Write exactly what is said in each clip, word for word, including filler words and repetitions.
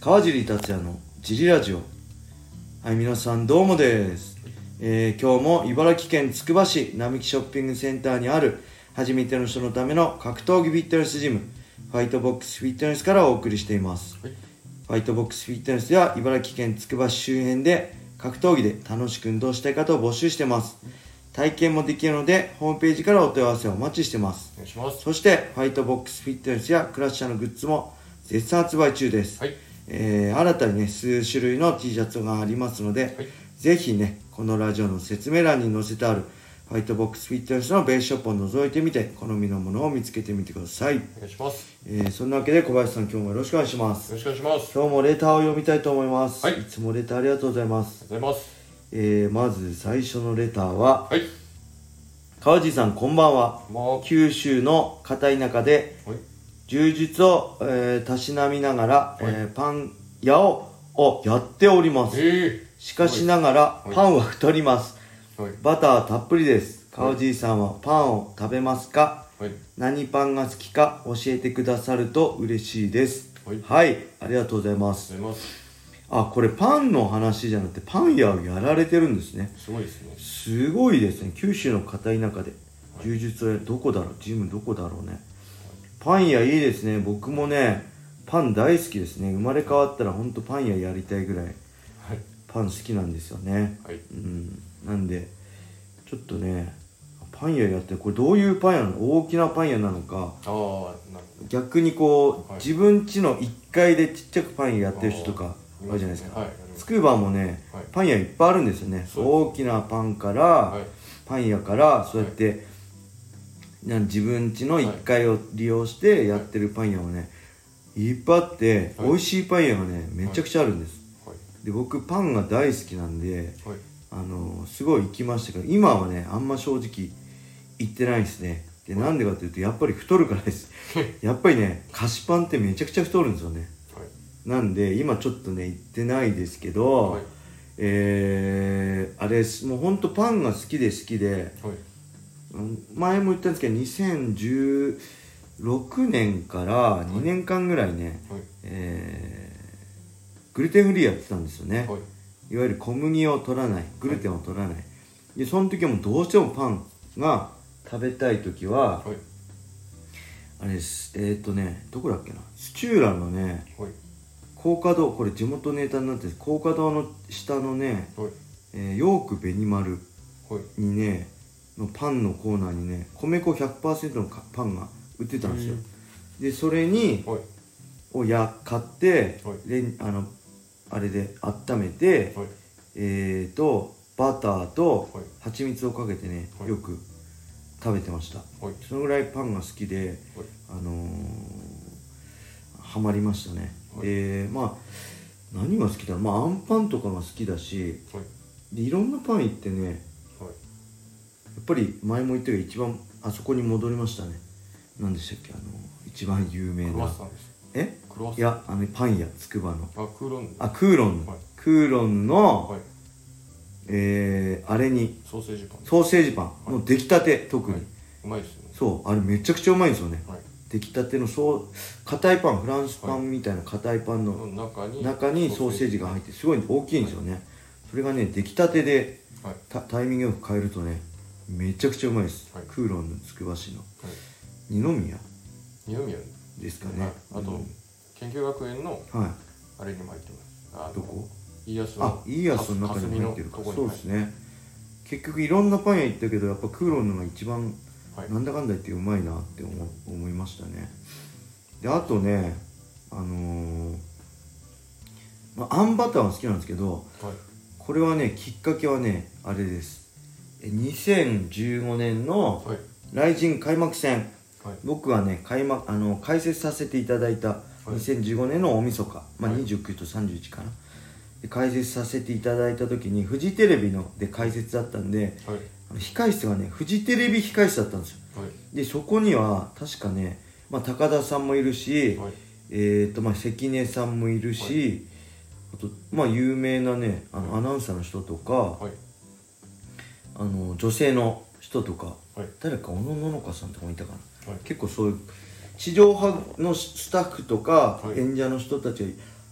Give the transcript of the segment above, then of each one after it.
川尻達也のジリラジオ。はい、皆さんどうもです、えー、今日も茨城県つくば市並木ショッピングセンターにある初めての人のための格闘技フィットネスジム、ファイトボックスフィットネスからお送りしています、はい、ファイトボックスフィットネスでは茨城県つくば市周辺で格闘技で楽しく運動したい方を募集してます。体験もできるのでホームページからお問い合わせをお待ちしてます。 お願いします。 そしてファイトボックスフィットネスやクラッシャーのグッズも絶賛発売中です、はい。えー、新たにね数種類の T シャツがありますので、はい、ぜひねこのラジオの説明欄に載せてあるファイトボックスフィットネスのベースショップを覗いてみて好みのものを見つけてみてください。 お願いします。 えー、そんなわけで小林さん、今日もよろしくお願いします。 よろしくお願いします。 今日もレターを読みたいと思います、 はい、 いつもレターありがとうございます。 ありがとうございます。 えー、まず最初のレターは、 はい、 川地さんこんばんは。 まあ、 九州の片田舎で、はい、柔術を、えー、たしなみながら、はい、えー、パン屋ををやっております、 えー、 しかしながら、はい、パンは太ります、はい、バターたっぷりです。川地さんはパンを食べますか、はい、何パンが好きか教えてくださると嬉しいです。はい、はい、ありがとうございます。 ありがとうございます。 あ、これパンの話じゃなくてパン屋をやられてるんですね。 すごいですね。 すごいですね。九州の片田舎で柔術をやる、どこだろう、ジムどこだろうね、はい、パン屋いいですね。僕もねパン大好きですね。生まれ変わったらほんとパン屋やりたいぐらい、はい、パン好きなんですよね、はい、うん、なんでちょっとねパン屋やって、これどういうパン屋なの、大きなパン屋なのか、 あ逆にこう、はい、自分家のいっかいでちっちゃくパン屋やってる人とかあるじゃないですか、はい、つくばもね、はい、パン屋いっぱいあるんですよね。大きなパンから、はい、パン屋からそうやって、はい、自分家のいっかいを利用してやってるパン屋もねいっぱいあって、はい、美味しいパン屋がねめちゃくちゃあるんです、はい、で僕パンが大好きなんで、はい、あのすごい行きましたけど、今はねあんま正直行ってないですね。で、なんでかというとやっぱり太るからですやっぱりね菓子パンってめちゃくちゃ太るんですよね、はい、なんで今ちょっとね行ってないですけど、はい、えー、あれもうほんとパンが好きで好きで、はい、前も言ったんですけどにせんじゅうろくねんからにねんかんぐらいね、はい、えー、グルテンフリーやってたんですよね、はい、いわゆる小麦を取らない、グルテンを取らない、はい、でその時はもうどうしてもパンが食べたい時は、はい、あれですえー、っとねどこだっけな、土浦のね、はい、高架堂、これ地元ネタになってる高架堂の下のね、はい、えー、ヨーク紅丸にね、のパンのコーナーにね米粉 ひゃくパーセント のパンが売ってたんですよ。でそれに、はい、をや買って、はい、であのあれで温めて、はい、えーとバターと蜂蜜をかけてね、はい、よく食べてました、はい、そのぐらいパンが好きで、はい、あのー、ハマりましたね、はい、でまあ何が好きだろう、まああんパンとかが好きだし、はい、でいろんなパン行ってね、はい、やっぱり前も言ったけど一番あそこに戻りましたね。何でしたっけ、あの一番有名なクロワッサンです。 えいやあのパン屋つくばのあクーロンあクーロン、はい、クーロンの、はい、えー、あれにソーセージパンソーセージパンの出来たて、特に、はい、 うまいですよね。 そうあれめちゃくちゃうまいんですよね、はい、出来たてのそう硬いパン、フランスパンみたいな硬いパンの中に、中にソーセージが入ってすごい大きいんですよね、はい、それがね出来たてで、はい、タ, タイミングよく買えるとねめちゃくちゃうまいです、はい、クーロンのつくば市の、はい、二宮二宮ですかね、はい、 あと、うん、研究学園の、はい、あれにも入ってます。あどこ？ 家康のあ家康の中に入ってるか。そうですね。結局いろんなパン屋行ったけどやっぱクーロンのが一番、はい、なんだかんだ言ってうまいなって思思いましたね。であとねあのー、まあ、あんバターは好きなんですけど、はい、これはねきっかけはねあれです。にせんじゅうごねんのライジン開幕戦、はい、僕はね開幕あの解説させていただいたにせんじゅうごねんの大晦日、まあ、にじゅうくとさんじゅういちかな、で解説させていただいた時にフジテレビので解説だったんで、はい、あの控室がねフジテレビ控室だったんですよ、はい、でそこには確かね、まあ、高田さんもいるし、はい、えーとまあ、関根さんもいるし、はい、あとまあ有名なねあのアナウンサーの人とか、はい、あの女性の人とか、はい、誰か小野ののかさんとかもいたかな、はい、結構そういう地上波のスタッフとか、はい、演者の人たちが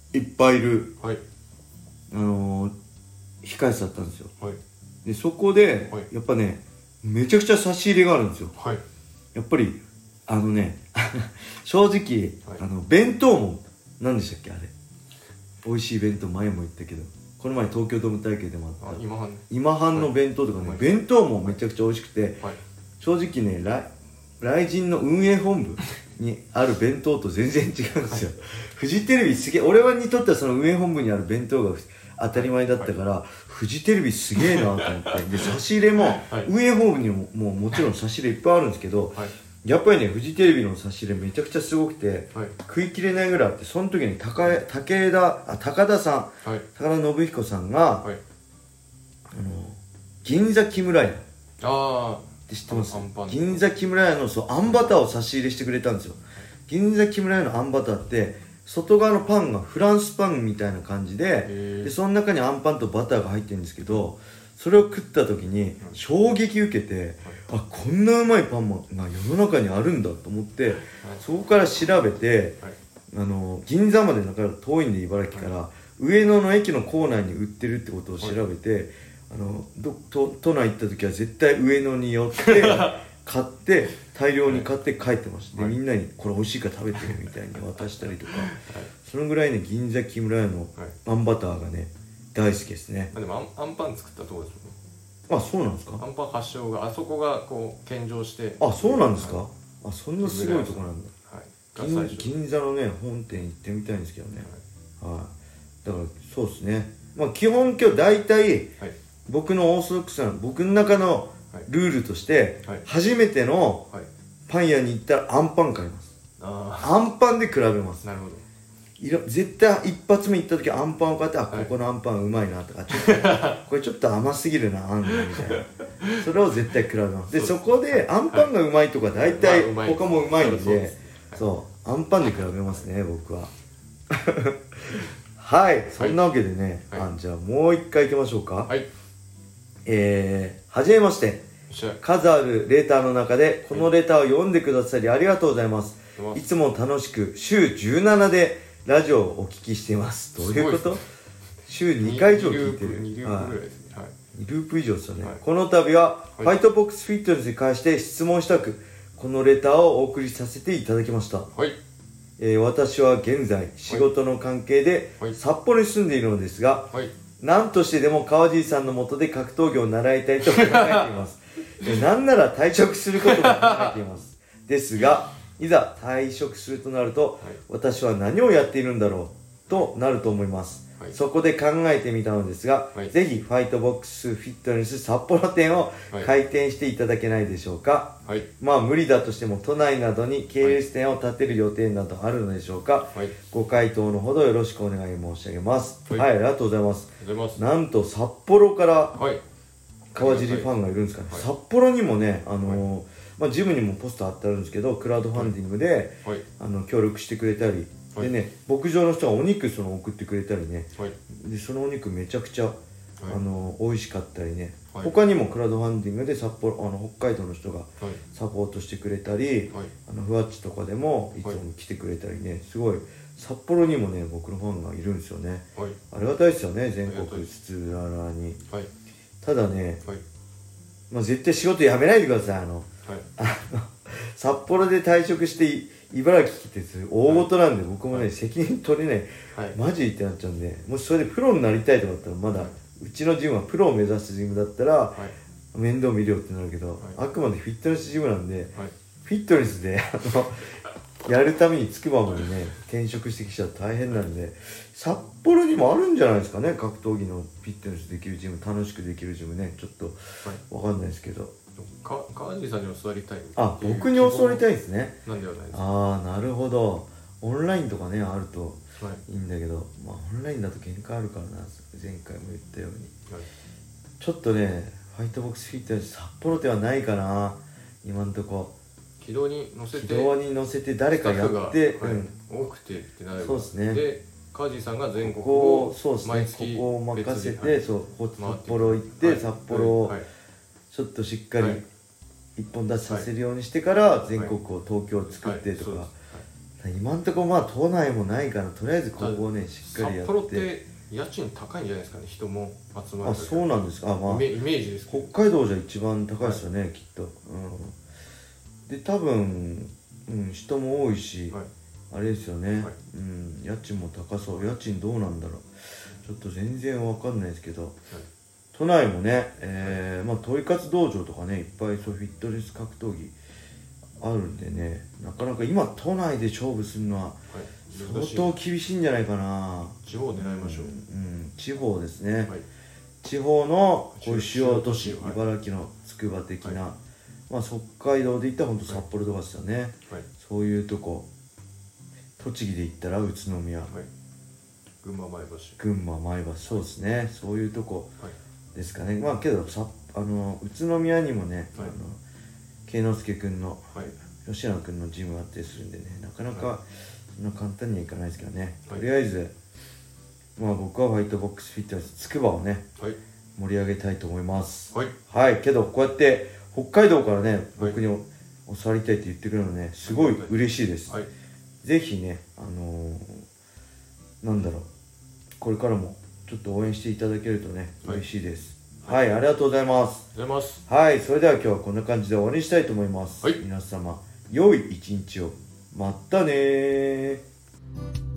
いっぱいいる、 はい、 あのー、控室だったんですよ、 はい、 でそこで、はい、やっぱねめちゃくちゃ差し入れがあるんですよ、 はい、 やっぱりあのね正直、はい、あの弁当も何でしたっけあれ、美味しい弁当前も言ったけど、この前東京ドーム大会でもあった今半、 今半の弁当とかね、はい、弁当もめちゃくちゃ美味しくて、はい、正直ねライジンの運営本部にある弁当と全然違うんですよ、はい、フジテレビすげえ、俺はにとってはその運営本部にある弁当が当たり前だったから、はい、フジテレビすげえなと思ってで差し入れも、はい、運営本部にももうもちろん差し入れいっぱいあるんですけど、はい、やっぱりねフジテレビの差し入れめちゃくちゃすごくて、はい、食い切れないぐらいあって、その時に高武田あ高田さん、はい、高田信彦さんが、はい、あの銀座木村屋あって知ってます？銀座木村屋のそうあんバターを差し入れしてくれたんですよ。銀座木村屋のあんバターって外側のパンがフランスパンみたいな感じ で, でその中にあんパンとバターが入ってるんですけど、それを食った時に衝撃受けて、あこんなうまいパンが世の中にあるんだと思って、そこから調べて、あの銀座までだから遠いんで茨城から上野の駅の構内に売ってるってことを調べて、あのど都, 都内行った時は絶対上野に寄って買って大量に買って帰ってました、はい、でみんなにこれ美味しいから食べてるみたいに渡したりとか、はい、そのぐらいね銀座木村屋のあんバターがね大好きですね。 でもあん、あんパン作ったとこですよね。 あ、そうなんですか。 あんパン発祥があそこがこう献上して、 あ、そうなんですか、はい、あ、そんなすごいとこなんだ、 はい、 銀, 銀座のね本店行ってみたいんですけどね、はい、はい、だからそうですね、まあ基本今日大体、はい、僕のオーソドックスな僕の中のルールとして、はい、初めてのパン屋に行ったらあんパン買います。ああんパンで比べます。 なるほど。 絶対一発目行った時あんパンを買って、あ、はい、ここのあんパンうまいなとか、ちょっとこれちょっと甘すぎるなあんのみたいなそれを絶対比べます。で そ, そこであんパンがうまいとか大体他もうまいんで、はい、そうあんパンで比べますね僕ははい、そんなわけでね、はい、あじゃあもう一回行きましょうか。はい、えー、はじめまして。数あるレターの中でこのレターを読んでくださりありがとうございます。はい、いつも楽しく週じゅうななでラジオをお聞きしています。どういうこと？週にかい以上聞いてる。にループぐらいですね。はい、にループ以上ですよね。はい、この度はファイトボックスフィットネスに関して質問したく、このレターをお送りさせていただきました。はい、えー、私は現在仕事の関係で札幌に住んでいるのですが、はい、何としてでも川尻さんの下で格闘技を習いたいと考えています。なんなら退職することも考えていますですが、いざ退職するとなると、はい、私は何をやっているんだろうとなると思います。はい、そこで考えてみたのですが、はい、ぜひファイトボックスフィットネス札幌店を開店していただけないでしょうか。はい、まあ無理だとしても都内などに系列店を建てる予定などあるのでしょうか。はい、ご回答のほどよろしくお願い申し上げます。はい、はい、ありがとうございます。なんと札幌から、はい、川尻ファンがいるんですかね。はい、札幌にもね、あのーはい、まあ、ジムにもポスター貼ってあるんですけど、クラウドファンディングで、はい、あの協力してくれたり、はい、でね、牧場の人がお肉その送ってくれたりね、はい、でそのお肉めちゃくちゃ、はい、あの美味しかったりね、はい、他にもクラウドファンディングで札幌あの北海道の人がサポートしてくれたり、はい、あのふわっちとかでもいつも来てくれたりね、すごい札幌にもね僕のファンがいるんですよね。はい、ありがたいですよね、全国津々浦々に。はい、ただね、はい、まあ、絶対仕事辞めないでください。あの、はい、あの札幌で退職して茨城来て大事なんで、はい、僕もね、はい、責任取れない、はい、マジってなっちゃうんで、もしそれでプロになりたいとかだったらまだ、はい、うちのジムはプロを目指すジムだったら、はい、面倒見るよってなるけど、はい、あくまでフィットネスジムなんで、はい、フィットネスであのやるためにつくばまでね転職してきちゃうと大変なんで、札幌にもあるんじゃないですかね、格闘技のフィットネスできるジム、楽しくできるジムね。ちょっとわかんないですけど、 か川尻さんに教わりたい。 あ、僕に教わりたいですね。 なんではないですか。 ああ、なるほど。オンラインとかねあるといいんだけど、はい、まあオンラインだと限界あるからな、前回も言ったように、はい、ちょっとねファイトボックスフィットネス札幌ではないかな今んとこ。 軌道に乗せて軌道に乗せて誰かやって、 はい、うん、多くてってなれば、 そうですね。 で川尻さんが全国を毎月ここを任せて、はい、そう札幌行って、はい、札幌をちょっとしっかり一本立ちさせるようにしてから全国を東京を作ってとか、 今んとこまあ都内もないからとりあえずここをねしっかりやって。 札幌って家賃高いんじゃないですかね、人も集まる。 あ、そうなんですか。あ、まあイメージです。 北海道じゃ一番高いですよね、はい、きっと。うん、で多分、うん、人も多いし、はい、あれですよね、はい、うん、家賃も高そう。家賃どうなんだろう、ちょっと全然わかんないですけど、はい、都内もね、えーまあ、トイ活道場とかねいっぱいそうフィットネス格闘技あるんでね、なかなか今都内で勝負するのは相当厳しいんじゃないかな。 地方を狙いましょう。うん、 うん、地方ですね、はい、地方のこういう主要都市、はい、茨城のつくば的な、はい、まあ北海道で言ったら本当札幌とかですよね、はい、そういうとこ。栃木で言ったら宇都宮、はい、 群馬前橋、 群馬前橋、そうですね、そういうとこですかね。まあけどさ、あの宇都宮にもね、はい、あの慶之助君の、はい、吉野君のジムがあったりするんでね、なかなかそんな簡単にはいかないですけどね、はい、とりあえずまあ僕はファイトボックスフィットネスつくばをね、はい、盛り上げたいと思います。はい、はい、けどこうやって北海道からね、僕に教わりたいって言ってくれるのね、すごい嬉しいです。はい、ぜひね、あのー、なんだろう、これからもちょっと応援していただけるとね、はい、嬉しいです。はい、はい、ありがとうございます。 ありがとうございます。 はい、それでは今日はこんな感じで終わりにしたいと思います。はい、皆様、良い一日を。またねー。